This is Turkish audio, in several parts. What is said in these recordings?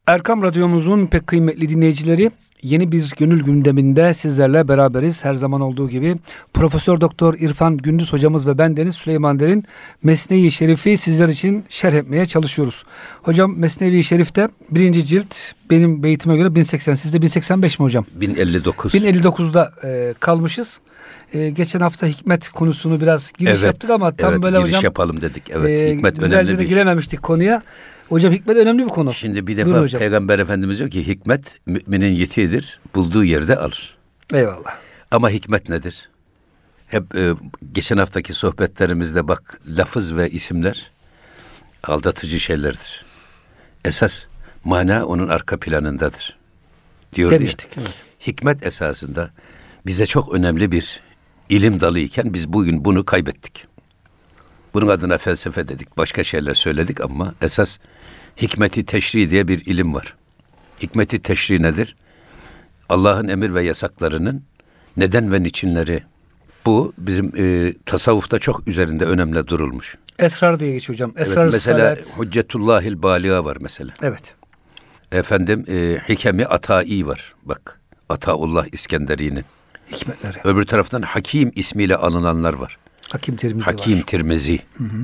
Erkam Radyomuzun pek kıymetli dinleyicileri, yeni bir gönül gündeminde sizlerle beraberiz. Her zaman olduğu gibi Profesör Doktor İrfan Gündüz hocamız ve bendeniz Süleyman Derin Mesnevi Şerif'i sizler için şerh etmeye çalışıyoruz. Hocam Mesnevi Şerif'te 1. cilt benim beytime göre 1080, sizde 1085 mi hocam? 1059. 1059'da kalmışız. Geçen hafta hikmet konusunu biraz giriş yaptık ama tam böyle giriş hocam yapalım dedik. Evet, hikmet güzelce önemli de bir girememiştik konuya. Hocam hikmet önemli bir konu. Şimdi bir defa Peygamber Efendimiz diyor ki hikmet müminin yetiğidir, bulduğu yerde alır. Eyvallah. Ama hikmet nedir? Hep geçen haftaki sohbetlerimizde bak, lafız ve isimler aldatıcı şeylerdir. Esas mana onun arka planındadır. Diyor demiştik. Ya, evet. Hikmet esasında bize çok önemli bir ilim dalı iken biz bugün bunu kaybettik. Bunun adına felsefe dedik, başka şeyler söyledik ama esas hikmeti teşri diye bir ilim var. Hikmeti teşri nedir? Allah'ın emir ve yasaklarının neden ve niçinleri. Bu bizim tasavvufta çok üzerinde önemli durulmuş. Esrar diye geçiyor hocam. Esrar evet, mesela salat. Hüccetullahil Baliğa var mesela. Evet. Efendim Hikemi Ata'i var. Bak, Ataullah İskenderi'nin. Hikmetleri. Öbür taraftan Hakim ismiyle anılanlar var. Hakim Tirmizi Hakim var. Tirmizi.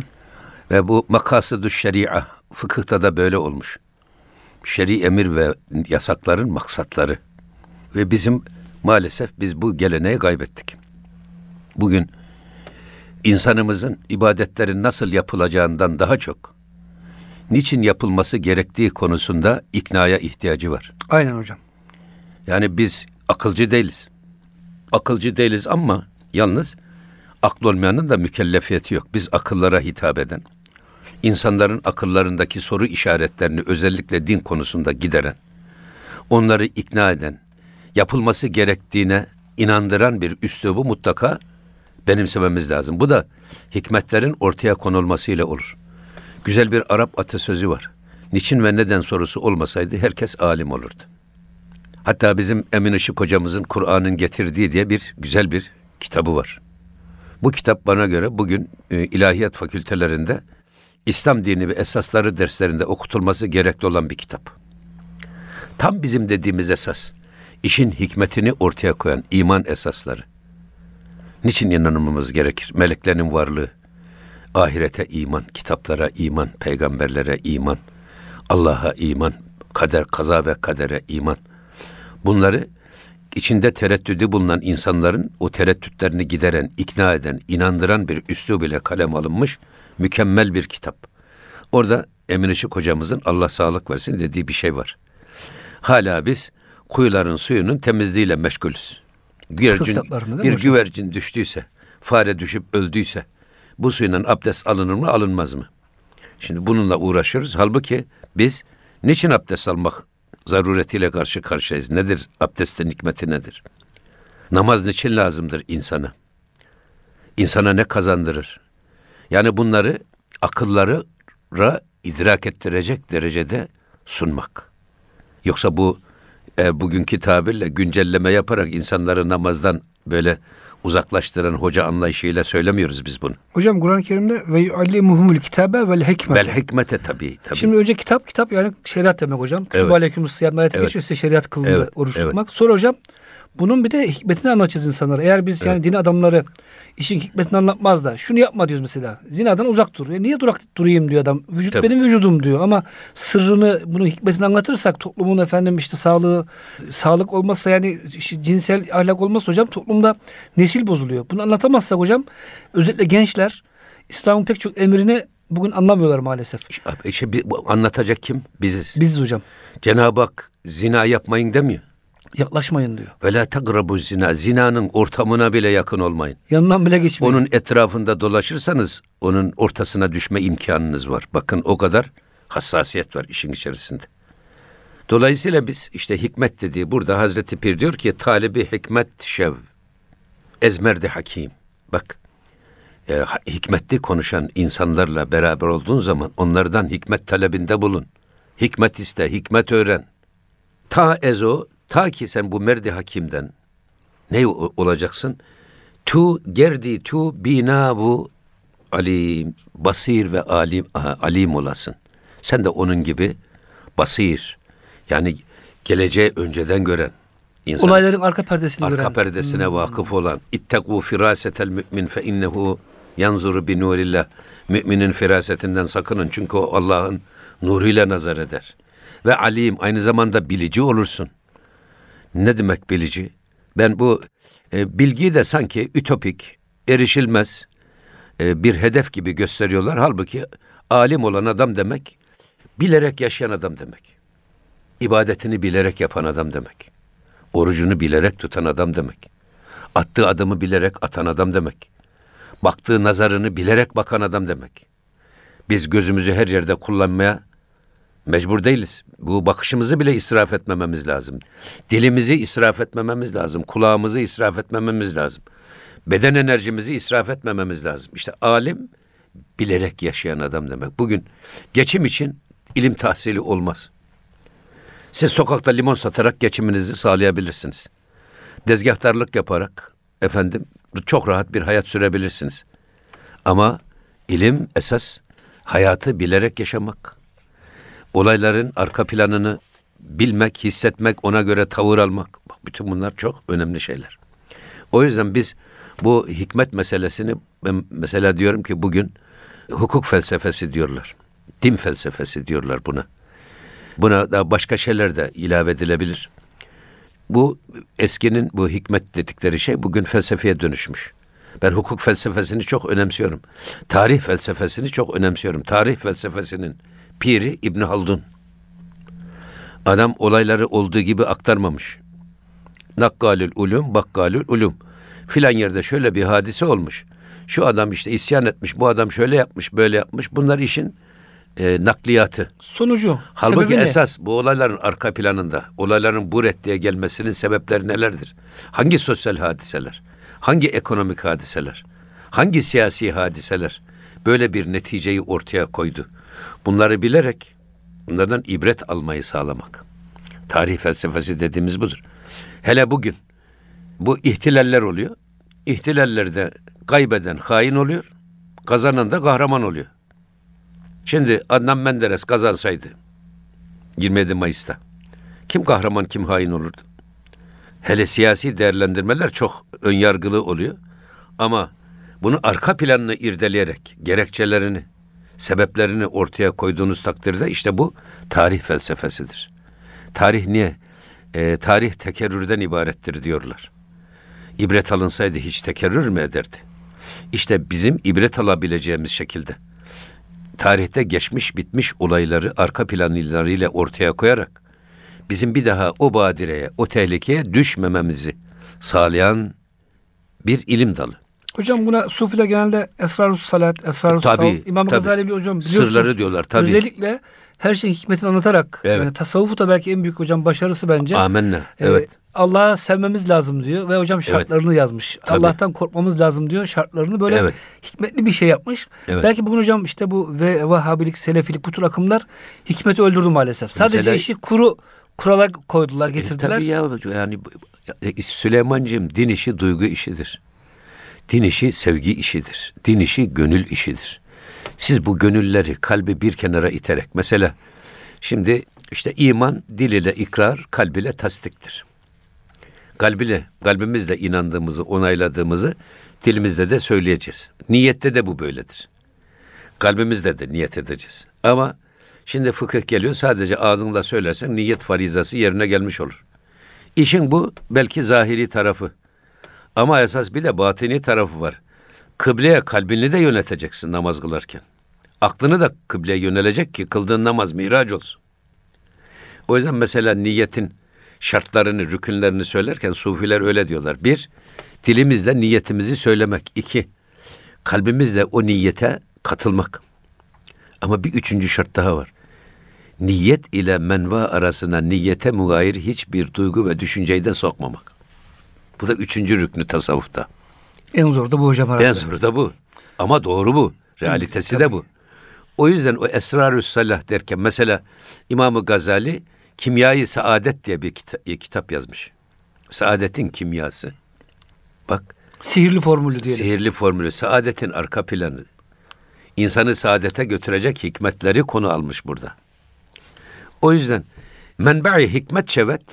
Ve bu makasıdü şeria, fıkıhta da böyle olmuş. Şer'i emir ve yasakların maksatları. Ve bizim maalesef biz bu geleneği kaybettik. Bugün insanımızın ibadetlerin nasıl yapılacağından daha çok niçin yapılması gerektiği konusunda iknaya ihtiyacı var. Aynen hocam. Yani biz akılcı değiliz. Akılcı değiliz ama yalnız aklı olmayanın da mükellefiyeti yok. Biz akıllara hitap eden, insanların akıllarındaki soru işaretlerini özellikle din konusunda gideren, onları ikna eden, yapılması gerektiğine inandıran bir üslubu mutlaka benimsememiz lazım. Bu da hikmetlerin ortaya konulmasıyla olur. Güzel bir Arap atasözü var. Niçin ve neden sorusu olmasaydı herkes alim olurdu. Hatta bizim Emin Işık hocamızın Kur'an'ın getirdiği diye bir güzel bir kitabı var. Bu kitap bana göre bugün ilahiyat fakültelerinde İslam dini ve esasları derslerinde okutulması gerekli olan bir kitap. Tam bizim dediğimiz esas, işin hikmetini ortaya koyan iman esasları. Niçin inanmamız gerekir? Meleklerin varlığı, ahirete iman, kitaplara iman, peygamberlere iman, Allah'a iman, kader, kaza ve kadere iman. Bunları içinde tereddüdü bulunan insanların o tereddütlerini gideren, ikna eden, inandıran bir üslub ile kalem alınmış mükemmel bir kitap. Orada Emin Işık hocamızın Allah sağlık versin dediği bir şey var. Hala biz kuyuların suyunun temizliğiyle meşgulüz. Bir güvercin düştüyse, fare düşüp öldüyse bu suyla abdest alınır mı alınmaz mı? Şimdi bununla uğraşıyoruz. Halbuki biz niçin abdest almak zaruretiyle karşı karşıyayız? Nedir? Abdestin hikmeti nedir? Namaz niçin lazımdır insana? İnsana ne kazandırır? Yani bunları akıllara idrak ettirecek derecede sunmak. Yoksa bu bugünkü tabirle güncelleme yaparak insanları namazdan böyle uzaklaştıran hoca anlayışıyla söylemiyoruz biz bunu. Hocam Kur'an-ı Kerim'de ve yuallimuhumul kitabe vel hikmete. Vel hikmete tabii. Şimdi önce kitap yani şeriat demek hocam. Kütübe aleykümüs siyam ayeti geçiyor, size şeriat kılındı oruç tutmak. Sonra hocam bunun bir de hikmetini anlatacağız insanlara. Eğer biz yani din adamları işin hikmetini anlatmaz da şunu yapma diyoruz mesela. Zinadan uzak dur. Niye durayım diyor adam. Vücut benim vücudum diyor. Ama sırrını, bunun hikmetini anlatırsak toplumun efendim işte sağlık olmazsa yani cinsel ahlak olmazsa hocam toplumda nesil bozuluyor. Bunu anlatamazsak hocam özellikle gençler İslam'ın pek çok emrini bugün anlamıyorlar maalesef. Anlatacak kim? Biziz. Biziz hocam. Cenab-ı Hak zina yapmayın demiyor. Yaklaşmayın diyor. Ve la tagrabu zina. Zinanın ortamına bile yakın olmayın. Yanından bile geçmeyin. Onun etrafında dolaşırsanız onun ortasına düşme imkanınız var. Bakın o kadar hassasiyet var işin içerisinde. Dolayısıyla biz işte hikmet dediği burada Hazreti Pir diyor ki talibi hikmet şev ezmerdi hakim. Bak hikmetli konuşan insanlarla beraber olduğun zaman onlardan hikmet talebinde bulun. Hikmet iste, hikmet öğren. Ta ki sen bu merdi hakimden ne olacaksın? Tu bina bu alim, basir ve alim olasın. Sen de onun gibi basir, Yani geleceği önceden gören insan. Olayların arka perdesini gören. Arka perdesine vakıf olan. İttekû firâsetel mü'min fe innehu yanzuru bi nurillah. Müminin firasetinden sakının. Çünkü o Allah'ın nuruyla nazar eder. Ve alim, aynı zamanda bilici olursun. Ne demek bilici? Ben bu bilgiyi de sanki ütopik, erişilmez bir hedef gibi gösteriyorlar. Halbuki alim olan adam demek, bilerek yaşayan adam demek. İbadetini bilerek yapan adam demek. Orucunu bilerek tutan adam demek. Attığı adımı bilerek atan adam demek. Baktığı nazarını bilerek bakan adam demek. Biz gözümüzü her yerde kullanmaya mecbur değiliz. Bu bakışımızı bile israf etmememiz lazım. Dilimizi israf etmememiz lazım. Kulağımızı israf etmememiz lazım. Beden enerjimizi israf etmememiz lazım. İşte alim, bilerek yaşayan adam demek. Bugün geçim için ilim tahsili olmaz. Siz sokakta limon satarak geçiminizi sağlayabilirsiniz. Dezgahtarlık yaparak çok rahat bir hayat sürebilirsiniz. Ama ilim esas hayatı bilerek yaşamak. Olayların arka planını bilmek, hissetmek, ona göre tavır almak. Bak, bütün bunlar çok önemli şeyler. O yüzden biz bu hikmet meselesini, ben mesela diyorum ki bugün hukuk felsefesi diyorlar. Din felsefesi diyorlar buna. Buna da başka şeyler de ilave edilebilir. Bu eskinin bu hikmet dedikleri şey bugün felsefeye dönüşmüş. Ben hukuk felsefesini çok önemsiyorum. Tarih felsefesini çok önemsiyorum. Tarih felsefesinin piri İbn Haldun. Adam olayları olduğu gibi aktarmamış. Nakkalül ulum, bakkalül ulum. Filan yerde şöyle bir hadise olmuş. Şu adam işte isyan etmiş, bu adam şöyle yapmış, böyle yapmış. Bunlar işin nakliyatı. Sonucu. Halbuki esas bu olayların arka planında, olayların bu reddeye gelmesinin sebepleri nelerdir? Hangi sosyal hadiseler? Hangi ekonomik hadiseler? Hangi siyasi hadiseler böyle bir neticeyi ortaya koydu? Bunları bilerek bunlardan ibret almayı sağlamak. Tarih felsefesi dediğimiz budur. Hele bugün bu ihtilaller oluyor. İhtilallerde kaybeden hain oluyor, kazanan da kahraman oluyor. Şimdi Adnan Menderes kazansaydı 27 Mayıs'ta kim kahraman kim hain olurdu? Hele siyasi değerlendirmeler çok önyargılı oluyor. Ama bunu arka planını irdeleyerek gerekçelerini, sebeplerini ortaya koyduğunuz takdirde işte bu tarih felsefesidir. Tarih niye? Tarih tekerrürden ibarettir diyorlar. İbret alınsaydı hiç tekerrür mü ederdi? İşte bizim ibret alabileceğimiz şekilde tarihte geçmiş bitmiş olayları arka planlarıyla ortaya koyarak bizim bir daha o badireye, o tehlikeye düşmememizi sağlayan bir ilim dalı. Hocam buna Sufiler genelde Esrar-ı Salat, Esrar-ı Savf, İmam Gazali hocam biliyorsunuz. Sırları diyorlar tabii. Özellikle her şeyin hikmetini anlatarak, evet. Yani tasavvufu da belki en büyük hocam başarısı bence. Amenna. Evet. Allah'ı sevmemiz lazım diyor ve hocam şartlarını evet. yazmış. Tabii. Allah'tan korkmamız lazım diyor. Şartlarını böyle evet. hikmetli bir şey yapmış. Evet. Belki bugün hocam işte bu Vehhabilik, Selefilik bu tür akımlar hikmeti öldürdü maalesef. Sadece mesela, işi kurala koydular, getirdiler. Tabii ya yani Süleymancığım, din işi duygu işidir. Din işi sevgi işidir. Din işi gönül işidir. Siz bu gönülleri, kalbi bir kenara iterek, mesela şimdi işte iman dil ile ikrar, kalb ile tasdiktir. Kalbimizle inandığımızı, onayladığımızı dilimizde de söyleyeceğiz. Niyette de bu böyledir. Kalbimizde de niyet edeceğiz. Ama şimdi fıkıh geliyor, sadece ağzınla söylersen niyet farizası yerine gelmiş olur. İşin bu belki zahiri tarafı. Ama esas bir de batini tarafı var. Kıbleye kalbini de yöneteceksin namaz kılarken. Aklını da kıbleye yönelecek ki kıldığın namaz miraç olsun. O yüzden mesela niyetin şartlarını, rükünlerini söylerken sufiler öyle diyorlar. 1, dilimizle niyetimizi söylemek. 2, kalbimizle o niyete katılmak. Ama bir 3. şart daha var. Niyet ile menva arasına niyete mugayir hiçbir duygu ve düşünceyi de sokmamak. Bu da 3. rüknü tasavvufta. En zor da bu hocam herhalde. En zor da bu. Ama doğru bu. Realitesi de bu. O yüzden o Esrar-ı Salah derken mesela İmam-ı Gazali Kimyayı Saadet diye bir kitap yazmış. Saadetin kimyası. Bak. Sihirli formülü diyelim. Sihirli formülü. Saadetin arka planı. İnsanı saadete götürecek hikmetleri konu almış burada. O yüzden Menba'i hikmet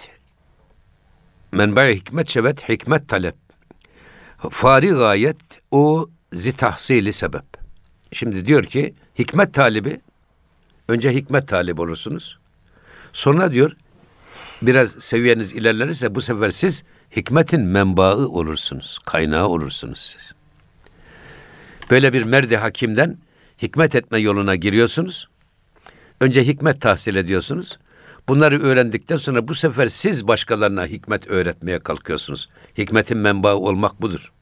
şevet, hikmet talep. Fari gayet o zitahsili sebep. Şimdi diyor ki hikmet talibi, önce hikmet talibi olursunuz. Sonra diyor biraz seviyeniz ilerlerse bu sefer siz hikmetin menbaı olursunuz. Kaynağı olursunuz siz. Böyle bir merdi hakimden hikmet etme yoluna giriyorsunuz. Önce hikmet tahsil ediyorsunuz. Bunları öğrendikten sonra bu sefer siz başkalarına hikmet öğretmeye kalkıyorsunuz. Hikmetin menbaı olmak budur.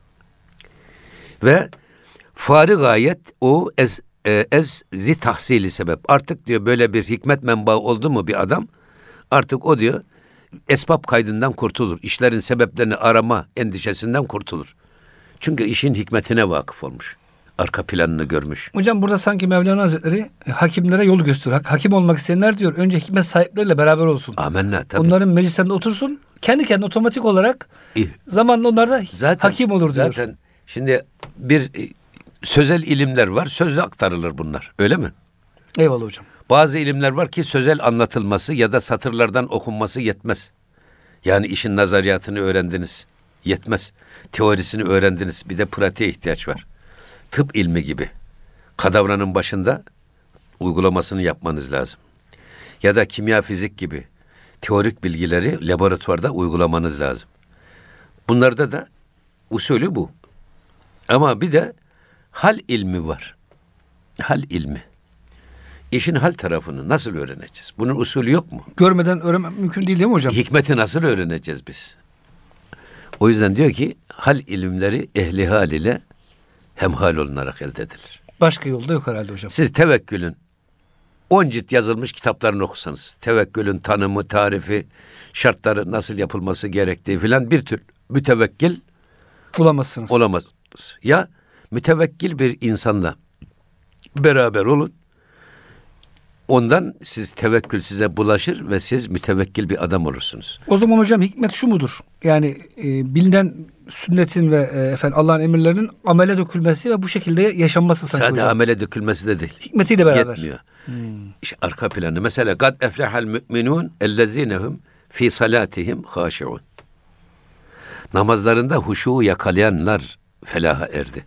Ve fari gayet o zi tahsili sebep. Artık diyor böyle bir hikmet menbaı oldu mu bir adam, artık o diyor esbab kaydından kurtulur. İşlerin sebeplerini arama endişesinden kurtulur. Çünkü işin hikmetine vakıf olmuş. Arka planını görmüş. Hocam burada sanki Mevlana Hazretleri hakimlere yol gösteriyor. Hakim olmak isteyenler diyor önce hikmet sahipleriyle beraber olsun. Amenna tabii. Onların meclislerinde otursun. Kendi kendine otomatik olarak zamanla onlar da hakim olur diyor. Zaten şimdi bir sözel ilimler var. Sözle aktarılır bunlar. Öyle mi? Eyvallah hocam. Bazı ilimler var ki sözel anlatılması ya da satırlardan okunması yetmez. Yani işin nazariyatını öğrendiniz. Yetmez. Teorisini öğrendiniz. Bir de pratiğe ihtiyaç var. Tıp ilmi gibi. Kadavranın başında uygulamasını yapmanız lazım. Ya da kimya, fizik gibi teorik bilgileri laboratuvarda uygulamanız lazım. Bunlarda da usulü bu. Ama bir de hal ilmi var. Hal ilmi. İşin hal tarafını nasıl öğreneceğiz? Bunun usulü yok mu? Görmeden öğrenmek mümkün değil mi hocam? Hikmeti nasıl öğreneceğiz biz? O yüzden diyor ki hal ilimleri ehli hal ile hemhal olunarak elde edilir. Başka yolda yok herhalde hocam. Siz tevekkülün 10 cilt yazılmış kitaplarını okusanız, tevekkülün tanımı, tarifi, şartları nasıl yapılması gerektiği filan bir tür mütevekkil olamazsınız. Ya mütevekkil bir insanla beraber olun. Ondan siz tevekkül size bulaşır ve siz mütevekkil bir adam olursunuz. O zaman hocam hikmet şu mudur? Yani bilinen sünnetin ve Allah'ın emirlerinin amele dökülmesi ve bu şekilde yaşanması sanki Sadece hocam. amele dökülmesi de değil. Hikmetiyle beraber. Yetmiyor. İşte arka planı. Mesela قَدْ اَفْلَحَ الْمُؤْمِنُونَ اَلَّذ۪ينَهُمْ ف۪ي صَلَاتِهِمْ خَاشِعُونَ. Namazlarında huşuğu yakalayanlar felaha erdi.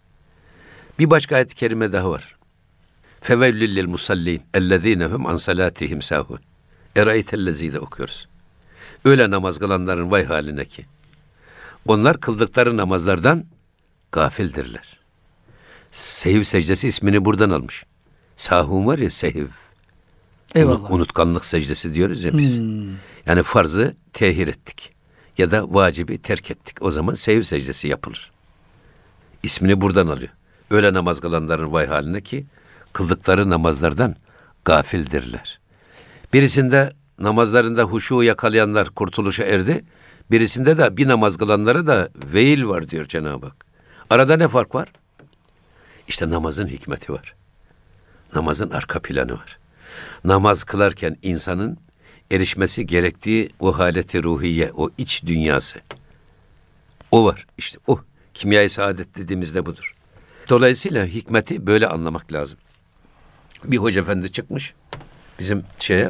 Bir başka ayet-i kerime daha var. فَوَيْلُ لِلْمُسَلِّينَ اَلَّذ۪ينَ هُمْ عَنْ صَلَاتِهِمْ سَاهُونَ. Eraeytellezî'de okuyoruz. Öyle namaz kılanların vay haline ki. Onlar kıldıkları namazlardan gafildirler. Sehiv secdesi ismini buradan almış. Sahun var ya, sehiv. Eyvallah. Unutkanlık secdesi diyoruz ya biz. Yani farzı tehir ettik. Ya da vacibi terk ettik. O zaman sehiv secdesi yapılır. İsmini buradan alıyor. Öyle namaz kılanların vay haline ki kıldıkları namazlardan gafildirler. Birisinde namazlarında huşu yakalayanlar kurtuluşa erdi. Birisinde de bir namaz kılanlara da veil var diyor Cenab-ı Hak. Arada ne fark var? İşte namazın hikmeti var. Namazın arka planı var. Namaz kılarken insanın erişmesi gerektiği o haleti ruhiye, o iç dünyası. O var. İşte o. Kimya-i saadet dediğimizde budur. Dolayısıyla hikmeti böyle anlamak lazım. Bir hoca efendi çıkmış bizim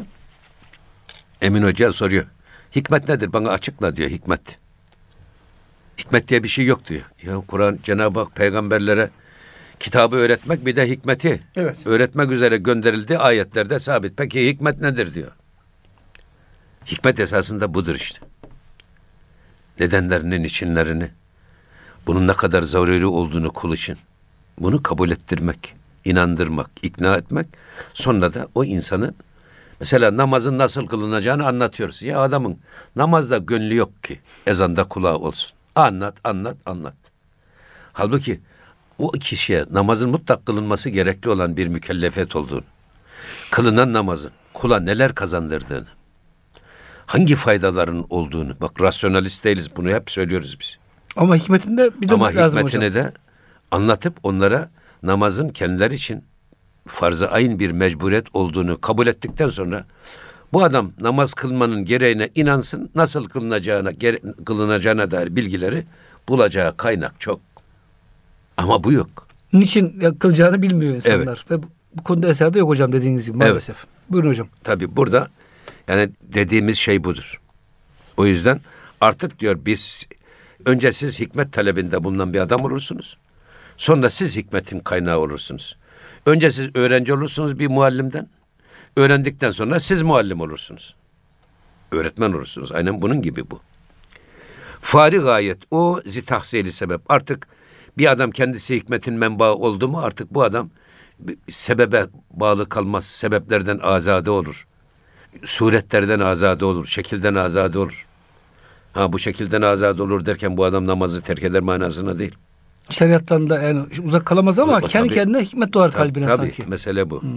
Emin Hoca'ya soruyor. Hikmet nedir? Bana açıkla diyor hikmet. Hikmet diye bir şey yok diyor. Ya Kur'an, Cenab-ı Hak peygamberlere kitabı öğretmek bir de hikmeti öğretmek üzere gönderildi ayetlerde sabit. Peki hikmet nedir diyor. Hikmet esasında budur işte. Nedenlerini, niçinlerini, bunun ne kadar zaruri olduğunu kul için, bunu kabul ettirmek, inandırmak, ikna etmek, sonra da o insanı, mesela namazın nasıl kılınacağını anlatıyoruz. Ya adamın namazda gönlü yok ki, ezanda kulağı olsun. Anlat. Halbuki o kişiye namazın mutlak kılınması gerekli olan bir mükellefiyet olduğunu, kılınan namazın kula neler kazandırdığını, hangi faydaların olduğunu, bak rasyonalist değiliz, bunu hep söylüyoruz biz. Ama hikmetinde bir de lazım hocam. Ama hikmetini de anlatıp onlara namazın kendileri için farz-ı ayn bir mecburiyet olduğunu kabul ettikten sonra bu adam namaz kılmanın gereğine inansın, nasıl kılınacağına dair bilgileri bulacağı kaynak çok. Ama bu yok. Niçin kılacağını bilmiyor insanlar. Evet. Ve bu konuda eserde yok hocam dediğiniz gibi maalesef. Evet. Buyurun hocam. Tabii burada Yani dediğimiz şey budur. O yüzden artık diyor önce siz hikmet talebinde bulunan bir adam olursunuz. Sonra siz hikmetin kaynağı olursunuz. Önce siz öğrenci olursunuz bir muallimden. Öğrendikten sonra siz muallim olursunuz. Öğretmen olursunuz. Aynen bunun gibi bu. Fari gayet o zitahsili sebep. Artık bir adam kendisi hikmetin menbaı oldu mu artık bu adam sebebe bağlı kalmaz. Sebeplerden azade olur. Suretlerden azade olur. Şekilden azade olur. Bu şekilden azade olur derken bu adam namazı terk eder manasına değil. Şeriattan da yani uzak kalamaz ama kendi kendine hikmet doğar kalbine sanki. Tabii mesele bu.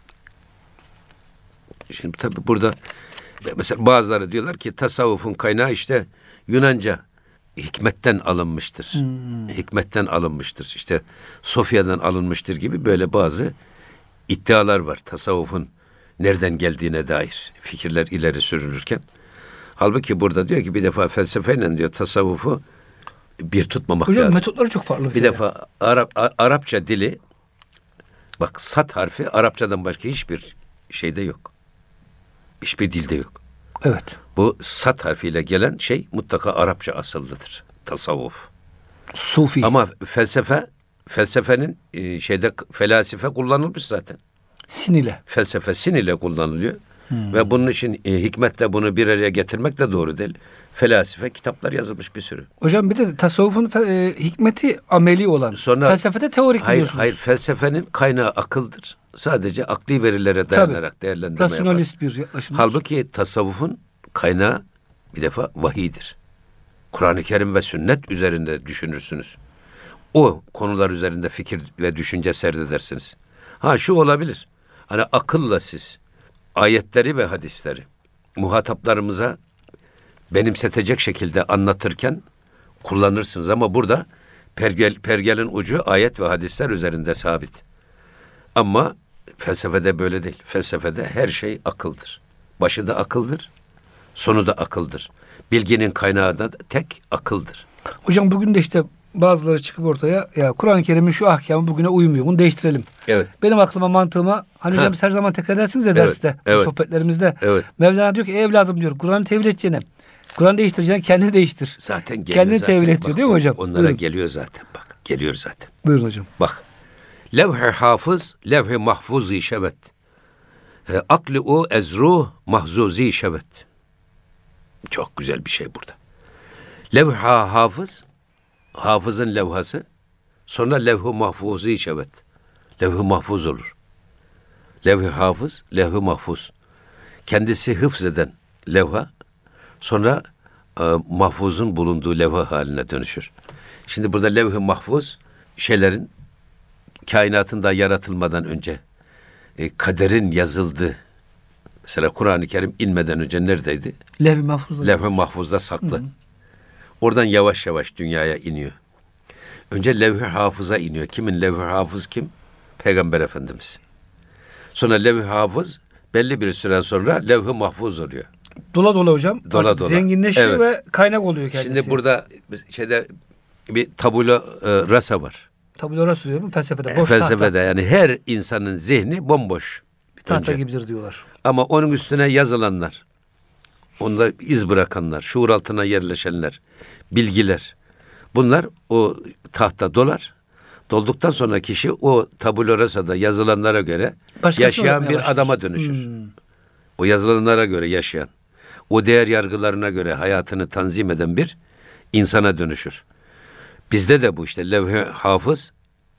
Şimdi tabii burada mesela bazıları diyorlar ki tasavvufun kaynağı işte Yunanca hikmetten alınmıştır. Hikmetten alınmıştır. İşte Sofya'dan alınmıştır gibi böyle bazı iddialar var. Tasavvufun nereden geldiğine dair fikirler ileri sürülürken. Halbuki burada diyor ki bir defa felsefeyle diyor tasavvufu bir tutmamak hocam, lazım. metotları çok farklı. Bir defa Arapça dili, bak sat harfi Arapçadan başka hiçbir şeyde yok. Hiçbir dilde yok. Evet. Bu sat harfiyle gelen şey mutlaka Arapça asıllıdır. Tasavvuf. Sufi. Ama felsefenin felasife kullanılmış zaten. Sin ile. Felsefe sin ile kullanılıyor. Ve bunun için hikmetle bunu bir araya getirmek de doğru değil. Felasife kitaplar yazılmış bir sürü. Hocam bir de tasavvufun hikmeti ameli olan. Sonra, felsefede teorik biliyorsunuz. Hayır, felsefenin kaynağı akıldır. Sadece akli verilere dayanarak değerlendirme yapar. Rasyonalist bir yaklaşım. Halbuki tasavvufun kaynağı bir defa vahiydir. Kur'an-ı Kerim ve sünnet üzerinde düşünürsünüz. O konular üzerinde fikir ve düşünce serdedersiniz. Şu olabilir. Hani akılla siz ayetleri ve hadisleri muhataplarımıza benimsetecek şekilde anlatırken kullanırsınız. Ama burada pergelin ucu ayet ve hadisler üzerinde sabit. Ama felsefede böyle değil. Felsefede her şey akıldır. Başı da akıldır, sonu da akıldır. Bilginin kaynağı da tek akıldır. Hocam bugün de işte bazıları çıkıp ortaya ya Kur'an-ı Kerim'in şu ahkamı bugüne uymuyor. Bunu değiştirelim. Evet. Benim aklıma, mantığıma hocam biz her zaman tekrar edersiniz ya derste, sohbetlerimizde. Evet. Mevlana diyor ki evladım diyor Kur'an'ı tevil edeceğine, Kur'an değiştireceğine kendini değiştir. Zaten geliyor. Kendini tevil ediyor değil mi hocam? Onlara Buyurun. geliyor zaten bak. Geliyor zaten. Buyurun hocam. Bak. Levh-i hafız, levh-i mahfuz-i şevet. Akli o ezruh mahzuzi şevet. Çok güzel bir şey burada. Levh-i hafız, hafızın levhası, sonra levh-i mahfuzi şevet. Levh-i mahfuz olur. Levh-i hafız, levh-i mahfuz. Kendisi hıfzeden levha, sonra mahfuzun bulunduğu levha haline dönüşür. Şimdi burada levh-i mahfuz, şeylerin, kainatın da yaratılmadan önce kaderin yazıldığı, mesela Kur'an-ı Kerim inmeden önce neredeydi? Levh-i mahfuzda. Levh-i mahfuzda saklı. Oradan yavaş yavaş dünyaya iniyor. Önce levh-i hafıza iniyor. Kimin levh-i hafız kim? Peygamber Efendimiz. Sonra levh-i hafız belli bir süre sonra levh-i mahfuz oluyor. Dola dola hocam. Dola dola. Zenginleşiyor ve kaynak oluyor kendisi. Şimdi burada bir tabula rasa var. Tabula rasa diyorum felsefede. Boş felsefede tahta. yani her insanın zihni bomboş. Bir tahta gibidir diyorlar. Ama onun üstüne yazılanlar, onda iz bırakanlar, şuur altına yerleşenler, bilgiler. Bunlar o tahta dolar. Dolduktan sonra kişi o tabula rasada yazılanlara göre yaşayan bir adama dönüşür. O yazılanlara göre yaşayan, o değer yargılarına göre hayatını tanzim eden bir insana dönüşür. Bizde de bu işte levh-i hafız,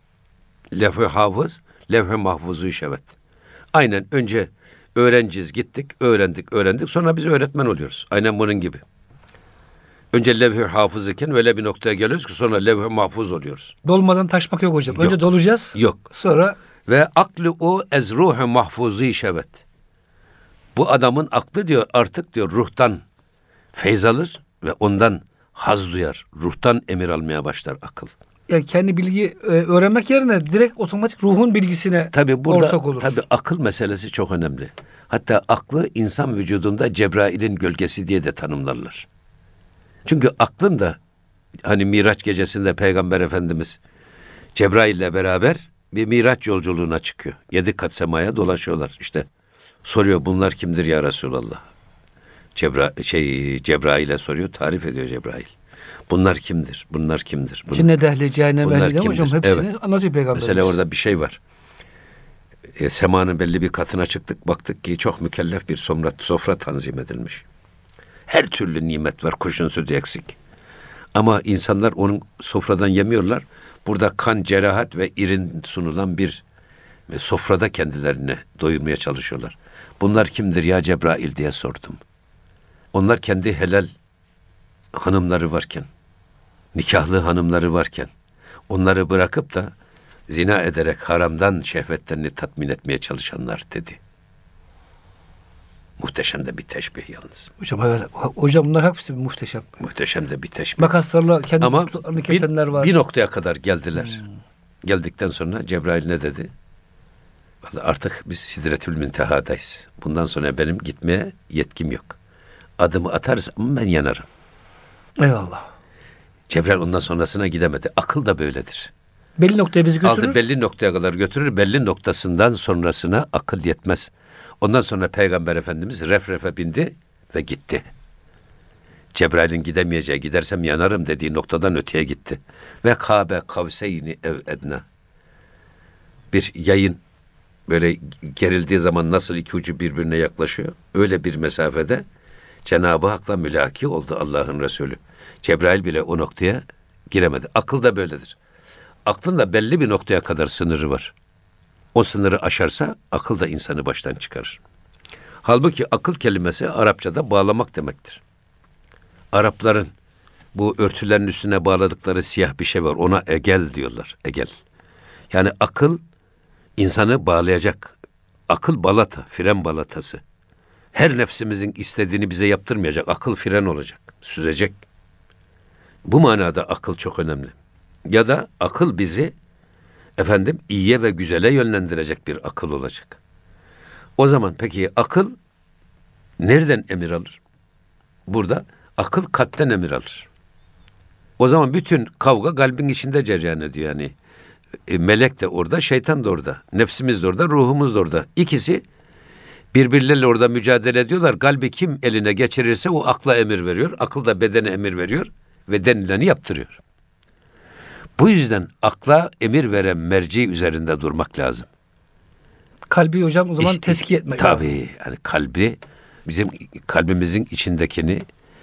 levh-i mahfuzu şevet. Aynen önce öğrenciyiz, gittik, öğrendik. Sonra biz öğretmen oluyoruz. Aynen bunun gibi. Önce levh-i hafız iken öyle bir noktaya geliyoruz ki sonra levh-i mahfuz oluyoruz. Dolmadan taşmak yok hocam. Yok. Önce dolacağız. Yok. Sonra ve aklı o ezruh-i mahfuzi şevet. Bu adamın aklı diyor artık diyor ruhtan feyz alır ve ondan haz duyar. Ruhtan emir almaya başlar akıl. Yani kendi bilgi öğrenmek yerine direkt otomatik ruhun bilgisine ortak olur. Tabii akıl meselesi çok önemli. Hatta aklı insan vücudunda Cebrail'in gölgesi diye de tanımlarlar. Çünkü aklın da hani Miraç gecesinde Peygamber Efendimiz Cebrail'le beraber bir Miraç yolculuğuna çıkıyor. 7 kat semaya dolaşıyorlar. İşte soruyor bunlar kimdir ya Resulallah? Cebrail'e soruyor, tarif ediyor Cebrail. Bunlar kimdir? Bunlar kimdir? Cennet ehli, cehennem ehli değil mi hocam? Hepsini anlatıyor Peygamberimiz. Mesela orada bir şey var. Semanın belli bir katına çıktık, baktık ki çok mükellef bir sofra tanzim edilmiş. Her türlü nimet var, kuşun sütü eksik. Ama insanlar onun sofradan yemiyorlar. Burada kan, cerahat ve irin sunulan bir sofrada kendilerine doyurmaya çalışıyorlar. Bunlar kimdir ya Cebrail diye sordum. Onlar kendi helal hanımları varken, nikahlı hanımları varken, onları bırakıp da zina ederek haramdan şehvetlerini tatmin etmeye çalışanlar dedi. Muhteşem de bir teşbih yalnız. Hocam evet. Hocam bunlar hepsi muhteşem. Muhteşem de bir teşbih. Makaslarla kendi ama kulaklarını kesenler var. Bir noktaya kadar geldiler. Geldikten sonra Cebrail ne dedi? Vallahi artık biz Sidretül Münteha'dayız. Bundan sonra benim gitmeye yetkim yok. Adımı atarız ama ben yanarım. Eyvallah. Cebrail ondan sonrasına gidemedi. Akıl da böyledir. Belli noktaya bizi götürür. Aldı belli noktaya kadar götürür. Belli noktasından sonrasına akıl yetmez. Ondan sonra Peygamber Efendimiz refrefe bindi ve gitti. Cebrail'in gidemeyeceği, gidersem yanarım dediği noktadan öteye gitti. Ve Kabe kavseyni ev edna. Bir yayın böyle gerildiği zaman nasıl iki ucu birbirine yaklaşıyor? Öyle bir mesafede Cenab-ı Hak'la mülaki oldu Allah'ın Resulü. Cebrail bile o noktaya giremedi. Akıl da böyledir. Aklın da belli bir noktaya kadar sınırı var. O sınırı aşarsa akıl da insanı baştan çıkarır. Halbuki akıl kelimesi Arapçada bağlamak demektir. Arapların bu örtülerin üstüne bağladıkları siyah bir şey var. Ona egel diyorlar. Egel. Yani akıl insanı bağlayacak. Akıl balata, fren balatası. Her nefsimizin istediğini bize yaptırmayacak. Akıl fren olacak, süzecek. Bu manada akıl çok önemli. Ya da akıl bizi iyiye ve güzele yönlendirecek bir akıl olacak. O zaman peki akıl nereden emir alır? Burada akıl kalpten emir alır. O zaman bütün kavga kalbin içinde cereyan ediyor yani. Melek de orada, şeytan da orada. Nefsimiz de orada, ruhumuz da orada. İkisi birbirleriyle orada mücadele ediyorlar. Kalbi kim eline geçirirse o akla emir veriyor. Akıl da bedene emir veriyor ve denileni yaptırıyor. Bu yüzden akla emir veren merci üzerinde durmak lazım. Kalbi hocam o zaman tezkiye etmek lazım. Tabii yani kalbi, bizim kalbimizin içindekini,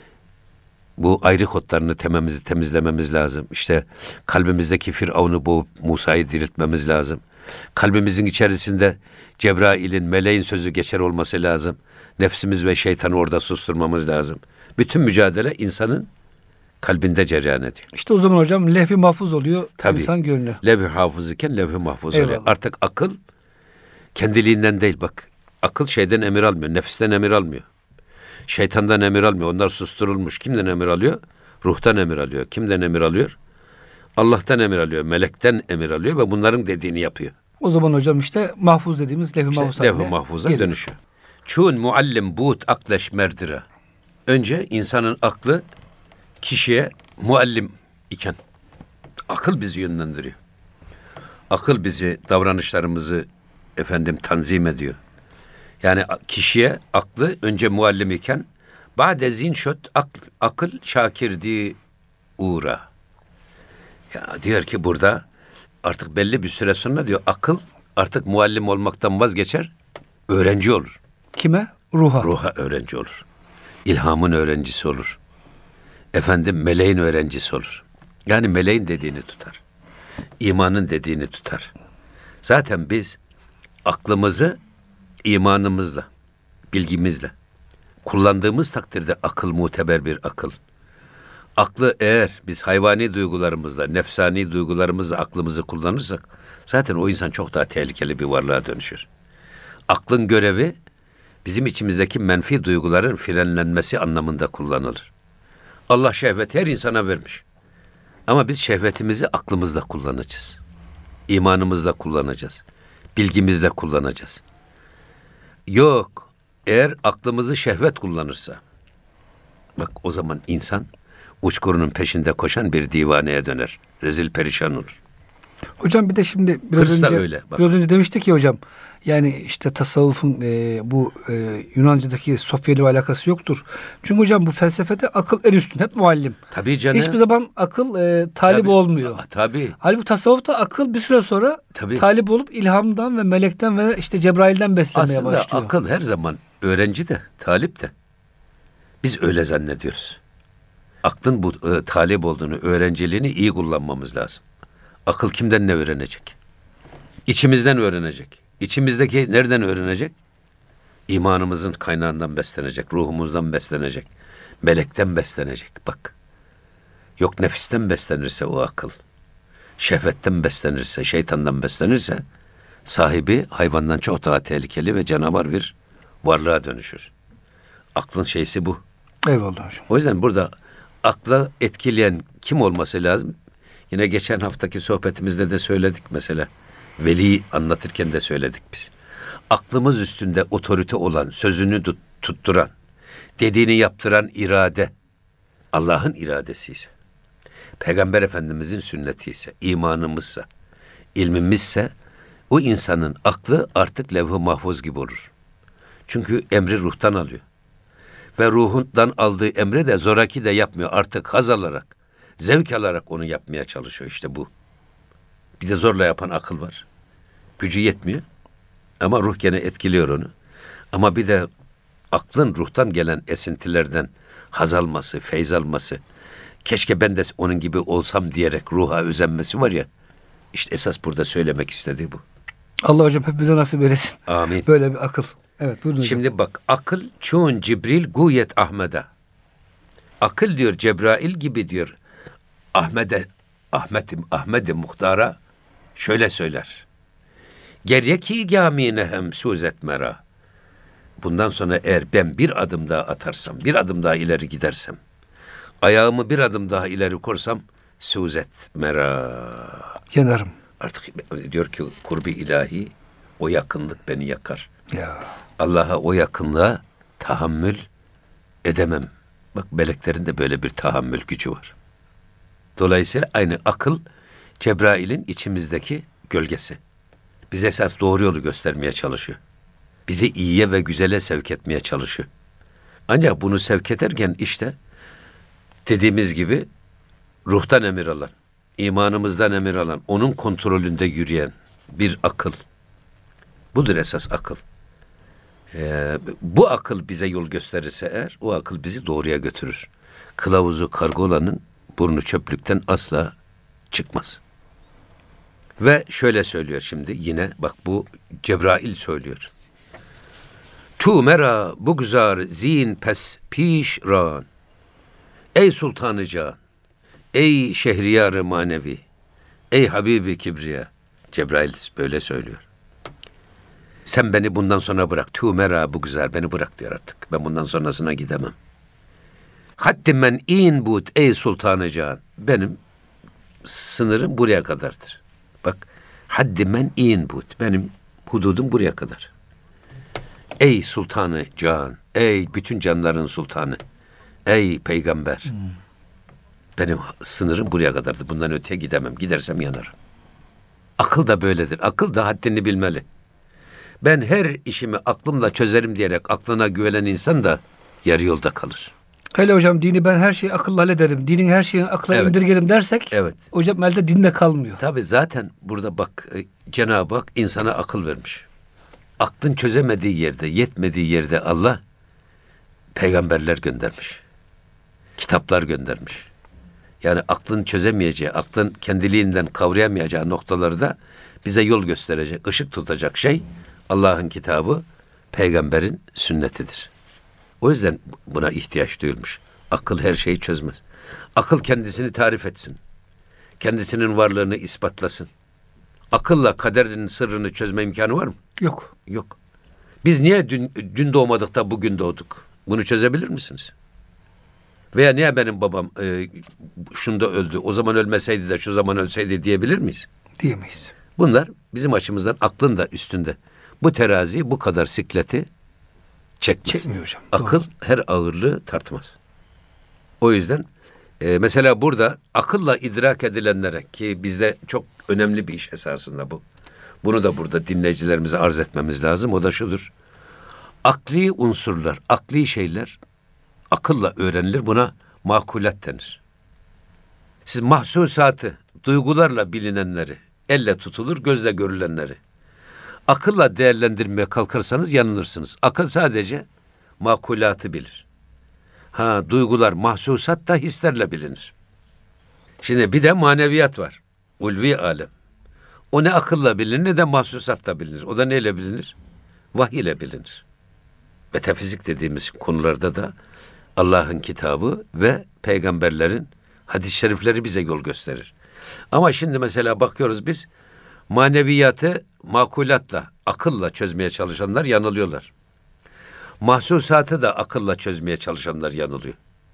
bu ayrı kodlarını temizlememiz lazım. İşte kalbimizdeki Firavun'u boğup Musa'yı diriltmemiz lazım. Kalbimizin içerisinde Cebrail'in, meleğin sözü geçer olması lazım. Nefsimiz ve şeytanı orada susturmamız lazım. Bütün mücadele insanın kalbinde cereyan ediyor. İşte o zaman hocam levh-i mahfuz oluyor. Tabii, insan gönlü. Levh-i hafız iken levh-i mahfuz oluyor. Artık akıl kendiliğinden değil bak. Akıl şeyden emir almıyor. Nefisten emir almıyor. Şeytandan emir almıyor. Onlar susturulmuş. Kimden emir alıyor? Ruhtan emir alıyor. Kimden emir alıyor? Allah'tan emir alıyor. Melekten emir alıyor ve bunların dediğini yapıyor. O zaman hocam işte mahfuz dediğimiz levh-i mahfuz haline levh-i mahfuza dönüşüyor. Çun muallim buğut akleş merdira. Önce insanın aklı kişiye muallim iken akıl bizi yönlendiriyor. Akıl bizi, davranışlarımızı tanzim ediyor. Yani kişiye aklı önce muallim iken ba'de zin şöt akıl şakirdi uğra. Ya diyor ki burada artık belli bir süre sonra diyor akıl artık muallim olmaktan vazgeçer, öğrenci olur. Kime? Ruha. Ruha öğrenci olur. İlhamın öğrencisi olur. Meleğin öğrencisi olur. Yani meleğin dediğini tutar. İmanın dediğini tutar. Zaten biz aklımızı imanımızla, bilgimizle kullandığımız takdirde akıl muteber bir akıl. Aklı eğer biz hayvani duygularımızla, nefsani duygularımızla aklımızı kullanırsak zaten o insan çok daha tehlikeli bir varlığa dönüşür. Aklın görevi bizim içimizdeki menfi duyguların frenlenmesi anlamında kullanılır. Allah şehveti her insana vermiş. Ama biz şehvetimizi aklımızla kullanacağız. İmanımızla kullanacağız. Bilgimizle kullanacağız. Yok, eğer aklımızı şehvet kullanırsa, bak o zaman insan uçkurunun peşinde koşan bir divaneye döner. Rezil perişan olur. Hocam bir de şimdi biraz Hırs da önce öyle, bak. Biraz önce demiştik ki hocam, Yani işte tasavvufun bu Yunanca'daki Sofya ile alakası yoktur. Çünkü hocam bu felsefede akıl en üstün. Hep muallim. Tabii canım. Hiçbir zaman akıl talip Tabii. olmuyor. Tabii. Halbuki tasavvufta akıl bir süre sonra talip olup ilhamdan ve melekten ve işte Cebrail'den beslenmeye başlıyor. Aslında akıl her zaman öğrenci de, talip de. Biz öyle zannediyoruz. Aklın bu talip olduğunu, öğrenciliğini iyi kullanmamız lazım. Akıl kimden ne öğrenecek? İçimizden öğrenecek. İçimizdeki nereden öğrenecek? İmanımızın kaynağından beslenecek, ruhumuzdan beslenecek, melekten beslenecek. Bak, yok nefisten beslenirse o akıl, şehvetten beslenirse, şeytandan beslenirse, sahibi hayvandan çok daha tehlikeli ve canavar bir varlığa dönüşür. Aklın şeysi bu. Eyvallah hocam. O yüzden burada akla etkileyen kim olması lazım? Yine geçen haftaki sohbetimizde de söyledik mesela. Veli anlatırken de söyledik biz. Aklımız üstünde otorite olan, sözünü tutturan, dediğini yaptıran irade, Allah'ın iradesi ise, Peygamber Efendimizin sünneti ise, imanımızsa, ilmimizse, o insanın aklı artık levh-i mahfuz gibi olur. Çünkü emri ruhtan alıyor. Ve ruhundan aldığı emre de zoraki de yapmıyor. Artık haz alarak, zevk alarak onu yapmaya çalışıyor. İşte bu. Bir de zorla yapan akıl var. Gücü yetmiyor. Ama ruh gene etkiliyor onu. Ama bir de aklın ruhtan gelen esintilerden haz alması, feyz alması, keşke ben de onun gibi olsam diyerek ruha özenmesi var ya, işte esas burada söylemek istediği bu. Allah hocam hepimize nasip eylesin. Amin. Böyle bir akıl. Evet, buyurun hocam. Şimdi bak, akıl çoğun Cibril guyet Ahmet'e. Akıl diyor Cebrail gibi diyor Ahmet'i Muhtar'a şöyle söyler. Gereki gamine hem suzet mera. Bundan sonra eğer ben bir adım daha atarsam, bir adım daha ileri gidersem, ayağımı bir adım daha ileri korsam, suzet mera. Yanarım. Artık diyor ki kurbi ilahi, o yakınlık beni yakar. Ya. Allah'a o yakınlığa tahammül edemem. Bak, meleklerin de böyle bir tahammül gücü var. Dolayısıyla aynı akıl Cebrail'in içimizdeki gölgesi. Bize esas doğru yolu göstermeye çalışıyor. Bizi iyiye ve güzele sevk etmeye çalışıyor. Ancak bunu sevk ederken işte dediğimiz gibi ruhtan emir alan, imanımızdan emir alan, onun kontrolünde yürüyen bir akıl. Budur esas akıl. Bu akıl bize yol gösterirse eğer, o akıl bizi doğruya götürür. Kılavuzu karga olanın burnu çöplükten asla çıkmaz. Ve şöyle söylüyor şimdi yine, bak bu Cebrail söylüyor. Tu mera bugzar zin pes piş ran. Ey sultanı can, ey şehriyar-ı manevi, ey Habibi Kibriya. Cebrail böyle söylüyor. Sen beni bundan sonra bırak. Tu mera bugzar, beni bırak diyor artık. Ben bundan sonrasına gidemem. Haddimen in bud ey sultanı can. Benim sınırım buraya kadardır. Bak, haddimen in bud. Benim hududum buraya kadar. Ey sultanı can, ey bütün canların sultanı, ey peygamber. Benim sınırım buraya kadardır. Bundan öteye gidemem. Gidersem yanarım. Akıl da böyledir. Akıl da haddini bilmeli. Ben her işimi aklımla çözerim diyerek aklına güvenen insan da yarı yolda kalır. Hele hocam dini ben her şeyi akılla hallederim, dinin her şeyini akla indirgerim dersek, hocam elde dinde kalmıyor. Tabii zaten burada bak, Cenab-ı Hak insana akıl vermiş. Aklın çözemediği yerde, yetmediği yerde Allah peygamberler göndermiş. Kitaplar göndermiş. Yani aklın çözemeyeceği, aklın kendiliğinden kavrayamayacağı noktalarda bize yol gösterecek, ışık tutacak şey Allah'ın kitabı, peygamberin sünnetidir. O yüzden buna ihtiyaç duyulmuş. Akıl her şeyi çözmez. Akıl kendisini tarif etsin. Kendisinin varlığını ispatlasın. Akılla kaderin sırrını çözme imkanı var mı? Yok. Yok. Biz niye dün doğmadık da bugün doğduk? Bunu çözebilir misiniz? Veya niye benim babam şunda öldü, o zaman ölmeseydi de şu zaman ölseydi diyebilir miyiz? Diyemeyiz. Bunlar bizim açımızdan aklın da üstünde. Bu terazi bu kadar sikleti çekmez. Çekmiyor hocam. Akıl doğru. her ağırlığı tartmaz. O yüzden mesela burada akılla idrak edilenlere, ki bizde çok önemli bir iş esasında bu. Bunu da burada dinleyicilerimize arz etmemiz lazım. O da şudur. Akli unsurlar, akli şeyler akılla öğrenilir. Buna makulat denir. Siz mahsusatı, duygularla bilinenleri, elle tutulur, gözle görülenleri akılla değerlendirmeye kalkarsanız yanılırsınız. Akıl sadece makulatı bilir. Duygular, mahsusat da hislerle bilinir. Şimdi bir de maneviyat var. Ulvi alem. O ne akılla bilinir ne de mahsusatla bilinir. O da neyle bilinir? Vahiy ile bilinir. Metafizik dediğimiz konularda da Allah'ın kitabı ve peygamberlerin hadis-i şerifleri bize yol gösterir. Ama şimdi mesela bakıyoruz biz maneviyatı makulatla, akılla çözmeye çalışanlar yanılıyorlar. Mahsusatı da akılla çözmeye çalışanlar yanılıyor.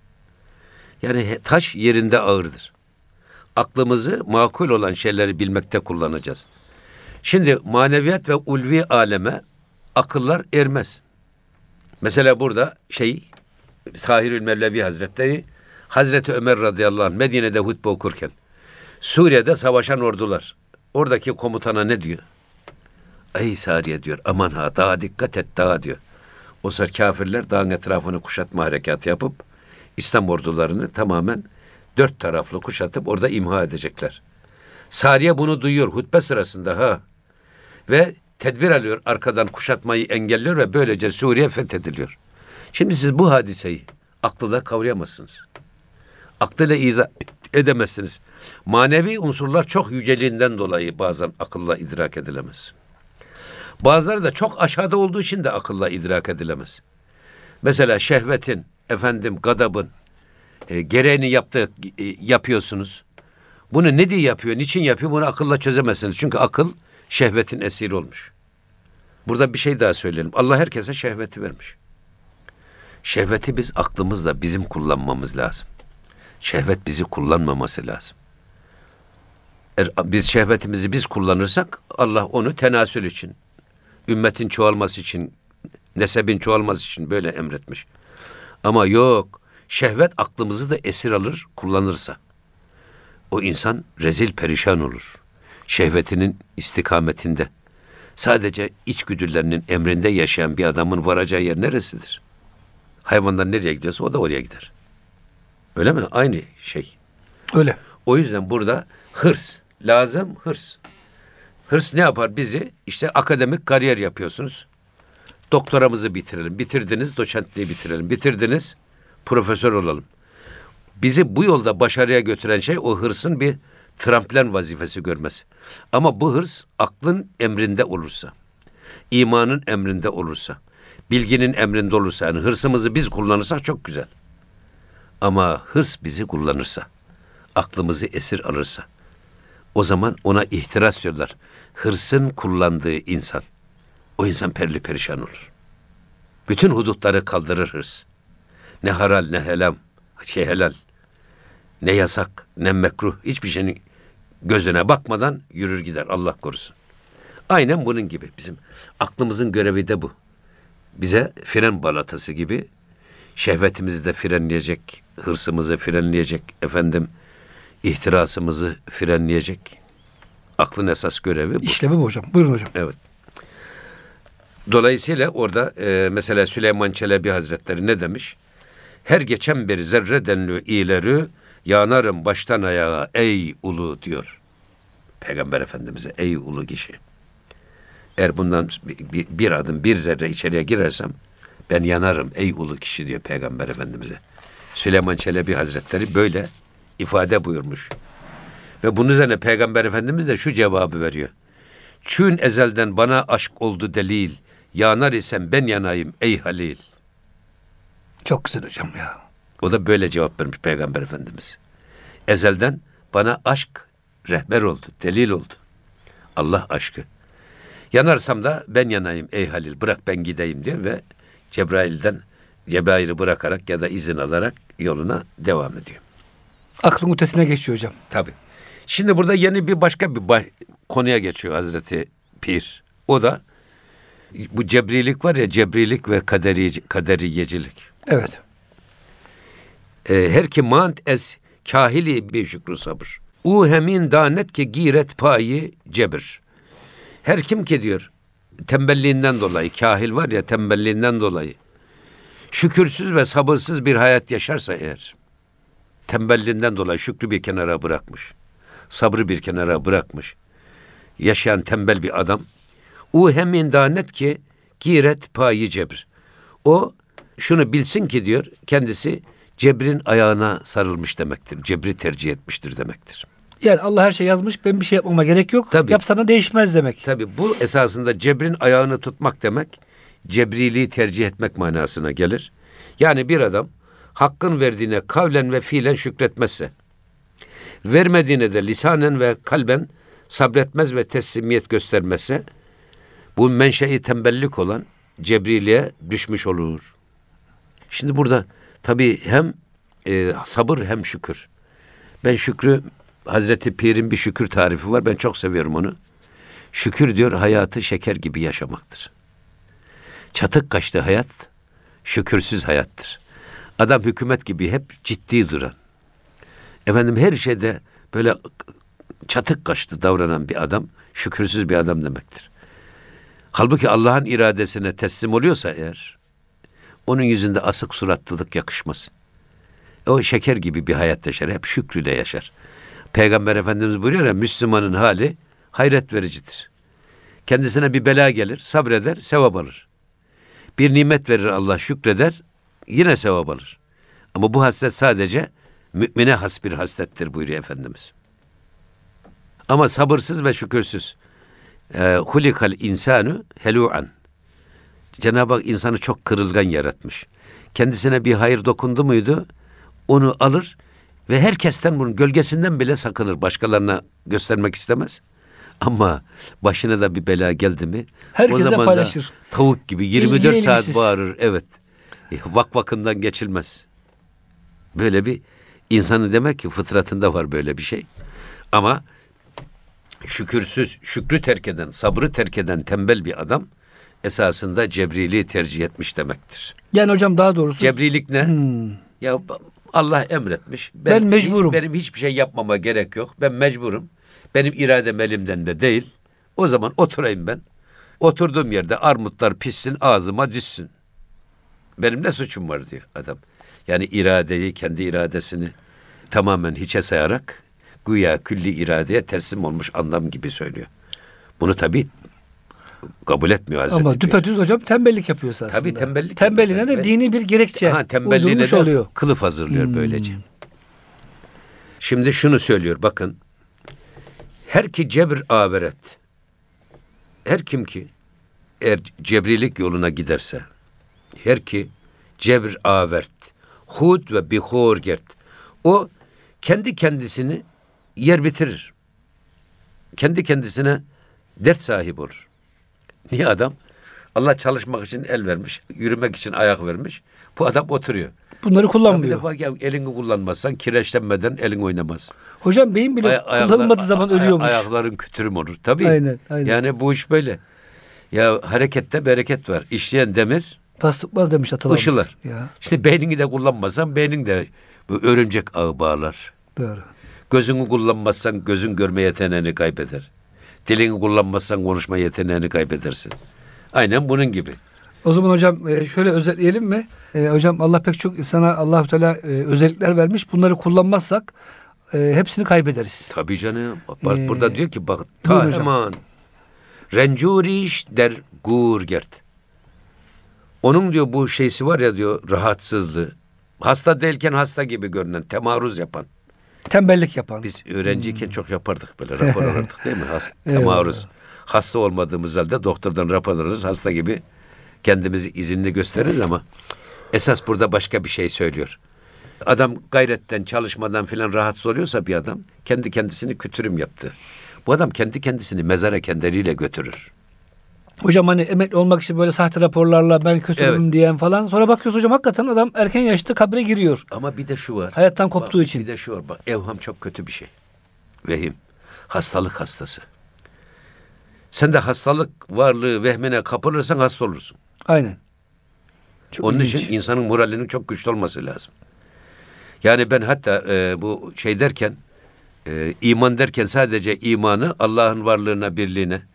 Yani taş yerinde ağırdır. Aklımızı makul olan şeyleri bilmekte kullanacağız. Şimdi maneviyat ve ulvi aleme akıllar ermez. Mesela burada Tahirül Mevlevi Hazretleri, Hazreti Ömer radıyallahu anh Medine'de hutbe okurken, Suriye'de savaşan ordular, oradaki komutana ne diyor? Ey Sariye diyor, aman ha, dağa dikkat et dağa diyor. O sırada kafirler dağın etrafını kuşatma harekatı yapıp, İslam ordularını tamamen 4 taraflı kuşatıp orada imha edecekler. Sariye bunu duyuyor hutbe sırasında ve tedbir alıyor, arkadan kuşatmayı engelliyor ve böylece Suriye fethediliyor. Şimdi siz bu hadiseyi aklıyla kavrayamazsınız. Aklıyla izah edemezsiniz. Manevi unsurlar çok yüceliğinden dolayı bazen akılla idrak edilemez. Bazıları da çok aşağıda olduğu için de akılla idrak edilemez. Mesela şehvetin, gadabın gereğini yapıyorsunuz. Bunu ne diye yapıyor, niçin yapıyor bunu akılla çözemezsiniz. Çünkü akıl şehvetin esiri olmuş. Burada bir şey daha söyleyelim. Allah herkese şehveti vermiş. Şehveti biz aklımızla bizim kullanmamız lazım. Şehvet bizi kullanmaması lazım. Biz şehvetimizi biz kullanırsak Allah onu tenasül için, ümmetin çoğalması için, nesebin çoğalması için böyle emretmiş. Ama yok, şehvet aklımızı da esir alır, kullanırsa. O insan rezil perişan olur. Şehvetinin istikametinde. Sadece içgüdülerinin emrinde yaşayan bir adamın varacağı yer neresidir? Hayvanlar nereye gidiyorsa o da oraya gider. Öyle mi? Aynı şey. Öyle. O yüzden burada hırs lazım, hırs. Hırs ne yapar bizi? İşte akademik kariyer yapıyorsunuz. Doktoramızı bitirelim. Bitirdiniz, doçentliği bitirelim. Bitirdiniz, profesör olalım. Bizi bu yolda başarıya götüren şey o hırsın bir tramplen vazifesi görmesi. Ama bu hırs aklın emrinde olursa, imanın emrinde olursa, bilginin emrinde olursa, yani hırsımızı biz kullanırsak çok güzel. Ama hırs bizi kullanırsa, aklımızı esir alırsa, o zaman ona ihtiras diyorlar. Hırsın kullandığı insan, o insan perli perişan olur. Bütün hudutları kaldırır hırs. Ne halal ne helal, ne yasak ne mekruh, hiçbir şeyin gözüne bakmadan yürür gider, Allah korusun. Aynen bunun gibi bizim aklımızın görevi de bu. Bize fren balatası gibi şehvetimizi de frenleyecek, hırsımızı frenleyecek, ihtirasımızı frenleyecek. Aklın esas görevi bu. İşlevi bu hocam. Buyurun hocam. Evet. Dolayısıyla orada mesela Süleyman Çelebi Hazretleri ne demiş? Her geçen bir zerre denli ileri yanarım baştan ayağa ey ulu diyor. Peygamber Efendimiz'e ey ulu kişi. Eğer bundan bir adım bir zerre içeriye girersem ben yanarım ey ulu kişi diyor Peygamber Efendimiz'e. Süleyman Çelebi Hazretleri böyle ifade buyurmuş. Ve bunun üzerine Peygamber Efendimiz de şu cevabı veriyor. Çün ezelden bana aşk oldu delil, yanar isem ben yanayım ey Halil. Çok güzel hocam ya. O da böyle cevap vermiş Peygamber Efendimiz. Ezelden bana aşk rehber oldu, delil oldu. Allah aşkı. Yanarsam da ben yanayım ey Halil, bırak ben gideyim diyor ve Cebrail'i bırakarak ya da izin alarak yoluna devam ediyor. Aklın ötesine geçiyor hocam. Tabii. Şimdi burada yeni başka bir konuya geçiyor Hazreti Pir. O da bu cebrilik var ya, cebrilik ve kaderiyecilik. Evet. Her ki mant es kahili bir şükrü sabır. U hemin danet ki giret payi cebir. Her kim ki diyor tembelliğinden dolayı, kahil var ya, tembelliğinden dolayı şükürsüz ve sabırsız bir hayat yaşarsa eğer, tembelliğinden dolayı şükrü bir kenara bırakmış, sabrı bir kenara bırakmış yaşayan tembel bir adam, o hemin danet ki giret payı cebir. O şunu bilsin ki diyor, kendisi cebrin ayağına sarılmış demektir. Cebri tercih etmiştir demektir. Yani Allah her şey yazmış, ben bir şey yapmama gerek yok. Tabii. Yapsana değişmez demek. Tabii bu esasında cebrin ayağını tutmak demek, cebriliği tercih etmek manasına gelir. Yani bir adam hakkın verdiğine kavlen ve fiilen şükretmezse, vermediğine de lisanen ve kalben sabretmez ve teslimiyet göstermezse, bu menşei tembellik olan cebriliğe düşmüş olur. Şimdi burada tabii hem sabır hem şükür. Ben şükrü, Hazreti Pir'in bir şükür tarifi var. Ben çok seviyorum onu. Şükür diyor, hayatı şeker gibi yaşamaktır. Çatık kaşlı hayat, şükürsüz hayattır. Adam hükümet gibi hep ciddi duran. Efendim her şeyde böyle çatık kaşlı davranan bir adam, şükürsüz bir adam demektir. Halbuki Allah'ın iradesine teslim oluyorsa eğer, onun yüzünde asık suratlılık yakışmaz. O şeker gibi bir hayat yaşar, hep şükrüyle yaşar. Peygamber Efendimiz buyuruyor ya, Müslümanın hali hayret vericidir. Kendisine bir bela gelir, sabreder, sevap alır. Bir nimet verir Allah, şükreder, yine sevap alır. Ama bu haslet sadece mümine has bir haslettir buyuruyor Efendimiz. Ama sabırsız ve şükürsüz. Hulikal insanu helu'an. Cenab-ı Hak insanı çok kırılgan yaratmış. Kendisine bir hayır dokundu muydu, onu alır ve herkesten, bunun gölgesinden bile sakınır. Başkalarına göstermek istemez. Ama başına da bir bela geldi mi, herkese o zaman paylaşır. da tavuk gibi 24 saat İlgisiz. bağırır. Evet. Vakvakından geçilmez. Böyle bir insanın demek ki fıtratında var böyle bir şey. Ama şükürsüz, şükrü terk eden, sabrı terk eden tembel bir adam esasında cebriliği tercih etmiş demektir. Yani hocam daha doğrusu. Cebrilik ne? Ya Allah emretmiş. Ben mecburum. Benim hiçbir şey yapmama gerek yok. Ben mecburum. Benim iradem elimden de değil. O zaman oturayım ben. Oturduğum yerde armutlar pişsin, ağzıma düşsün. Benim ne suçum var diyor adam. Yani iradeyi, kendi iradesini tamamen hiçe sayarak güya külli iradeye teslim olmuş anlam gibi söylüyor. Bunu tabii kabul etmiyor Hazreti Ama Pir. düpedüz hocam tembellik yapıyorsa aslında. Tabii tembellik. Tembelliğine de dini bir gerekçe tembelliğine uydurmuş de oluyor. kılıf hazırlıyor böylece. Şimdi şunu söylüyor bakın. Her ki cebr averet. Her kim ki eğer cebrilik yoluna giderse, her ki cebr avert, hud ve bihor gert. O kendi kendisini yer bitirir. Kendi kendisine dert sahibi olur. Niye adam? Allah çalışmak için el vermiş, yürümek için ayak vermiş. Bu adam oturuyor. Bunları kullanmıyor. Bir defa ya, elini kullanmazsan kireçlenmeden elin oynamaz. Hocam beyin bile kullanılmadığı zaman ölüyormuş. Ayakların kütürüm olur. Tabii. Aynen. Yani bu iş böyle. Ya harekette bereket var. İşleyen demir pas tutmaz demiş atalarımız. ışılar. Ya. İşte beynini de kullanmazsan beynin de bu örümcek ağı bağlar. Doğru. Gözünü kullanmazsan gözün görme yeteneğini kaybeder. Dilini kullanmazsan konuşma yeteneğini kaybedersin. Aynen bunun gibi. O zaman hocam şöyle özetleyelim mi? Hocam Allah pek çok insana Allah-u Teala özellikler vermiş. Bunları kullanmazsak hepsini kaybederiz. Tabii canım. Bak, burada diyor ki bak Buyurun hemen rencuriş der gurgert. Onun diyor bu şeysi var ya diyor, rahatsızlığı. Hasta değilken hasta gibi görünen, temaruz yapan. Tembellik yapan. Biz öğrenciyken çok yapardık böyle, rapor alırdık değil mi? Temaruz. Hasta olmadığımız halde doktordan rapor alırız, hasta gibi kendimizi izinli gösteririz ama esas burada başka bir şey söylüyor. Adam gayretten, çalışmadan filan rahatsız oluyorsa bir adam kendi kendisini kötürüm yaptı. Bu adam kendi kendisini mezara kendileriyle götürür. Hocam hani emekli olmak için böyle sahte raporlarla ben kötüyüm diyen falan. Sonra bakıyoruz hocam hakikaten adam erken yaşta kabre giriyor. Ama bir de şu var. Hayattan koptuğu için. Bir de şu var. Bak, evham çok kötü bir şey. Vehim. Hastalık hastası. Sen de hastalık varlığı vehmine kapılırsan hasta olursun. Aynen. Çok Onun ilginç. için insanın moralinin çok güçlü olması lazım. Yani ben hatta bu şey derken, iman derken sadece imanı Allah'ın varlığına, birliğine,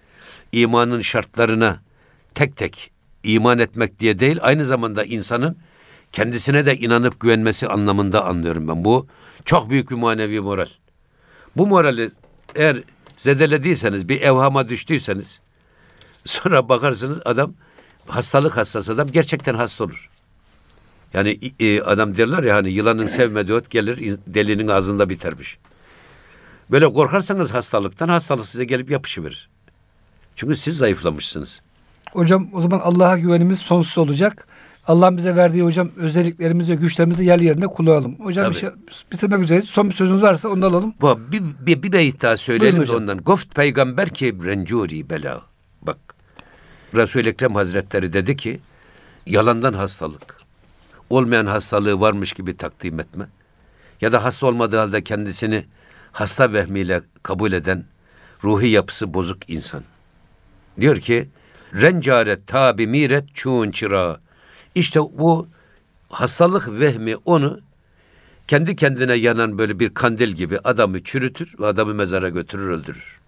imanın şartlarına tek tek iman etmek diye değil, aynı zamanda insanın kendisine de inanıp güvenmesi anlamında anlıyorum ben. Bu çok büyük bir manevi moral. Bu morali eğer zedelediyseniz, bir evhama düştüyseniz, sonra bakarsınız adam, hastalık hastası adam gerçekten hasta olur. Yani adam derler ya hani yılanın sevmediği ot gelir delinin ağzında bitermiş. Böyle korkarsanız hastalıktan, hastalık size gelip yapışıverir. Çünkü siz zayıflamışsınız. Hocam o zaman Allah'a güvenimiz sonsuz olacak. Allah'ın bize verdiği hocam özelliklerimizi ve güçlerimizi yerli yerine kullanalım. Hocam bitirmek üzere. Son bir sözünüz varsa onu da alalım. Bir beyit daha söyleyelim de ondan. Goft peygamber ki rencuri bela. Bak Resul-i Ekrem Hazretleri dedi ki yalandan hastalık. Olmayan hastalığı varmış gibi takdim etme. Ya da hasta olmadığı halde kendisini hasta vehmiyle kabul eden ruhi yapısı bozuk insan. Diyor ki rencaret tabi miret çuğun çırağı. İşte bu hastalık vehmi onu kendi kendine yanan böyle bir kandil gibi adamı çürütür ve adamı mezara götürür, öldürür.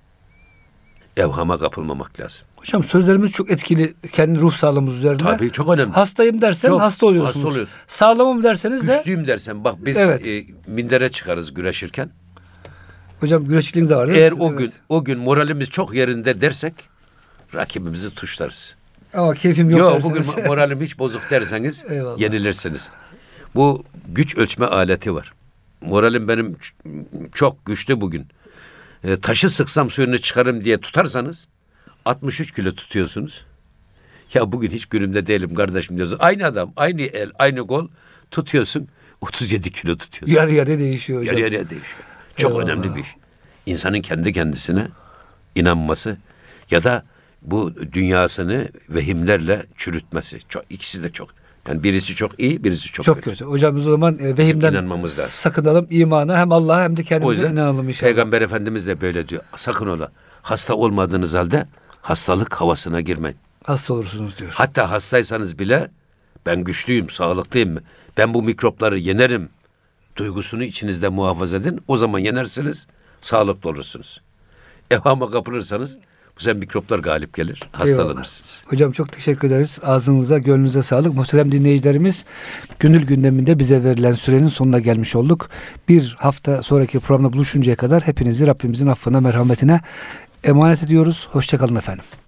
Evhama kapılmamak lazım. Hocam sözlerimiz çok etkili kendi ruh sağlığımız üzerinde. Tabii çok önemli. Hastayım dersen çok, hasta oluyorsunuz. Hasta oluyorsun. Sağlamım derseniz de. Güçlüyüm dersen bak biz mindere çıkarız güreşirken. Hocam güreşçiliğiniz de var değil mi? Eğer o gün moralimiz çok yerinde dersek rakibimizi tuşlarız. Ama keyfim yok derseniz. Bugün moralim hiç bozuk derseniz yenilirsiniz. Bu güç ölçme aleti var. Moralim benim çok güçlü bugün. Taşı sıksam suyunu çıkarım diye tutarsanız 63 kilo tutuyorsunuz. Ya bugün hiç günümde değilim kardeşim diyorsun. Aynı adam, aynı el, aynı gol tutuyorsun. 37 kilo tutuyorsun. Yarı yarıya değişiyor hocam. Yarı yarıya değişiyor. Çok önemli bir iş. İnsanın kendi kendisine inanması ya da bu dünyasını vehimlerle çürütmesi. İkisi de çok. Yani birisi çok iyi, birisi çok kötü. Hocam o zaman vehimden sakınalım, imana hem Allah'a hem de kendimize inanalım inşallah. Peygamber Efendimiz de böyle diyor. Sakın ola. Hasta olmadığınız halde hastalık havasına girmeyin. Hasta olursunuz diyor. Hatta hastaysanız bile ben güçlüyüm, sağlıklıyım. Ben bu mikropları yenerim duygusunu içinizde muhafaza edin. O zaman yenersiniz, sağlıklı olursunuz. Evhama kapılırsanız bu sefer mikroplar galip gelir, hastalanırsınız. Hocam çok teşekkür ederiz. Ağzınıza, gönlünüze sağlık. Muhterem dinleyicilerimiz, Gönül gündeminde bize verilen sürenin sonuna gelmiş olduk. Bir hafta sonraki programda buluşuncaya kadar hepinizi Rabbimizin affına, merhametine emanet ediyoruz. Hoşça kalın efendim.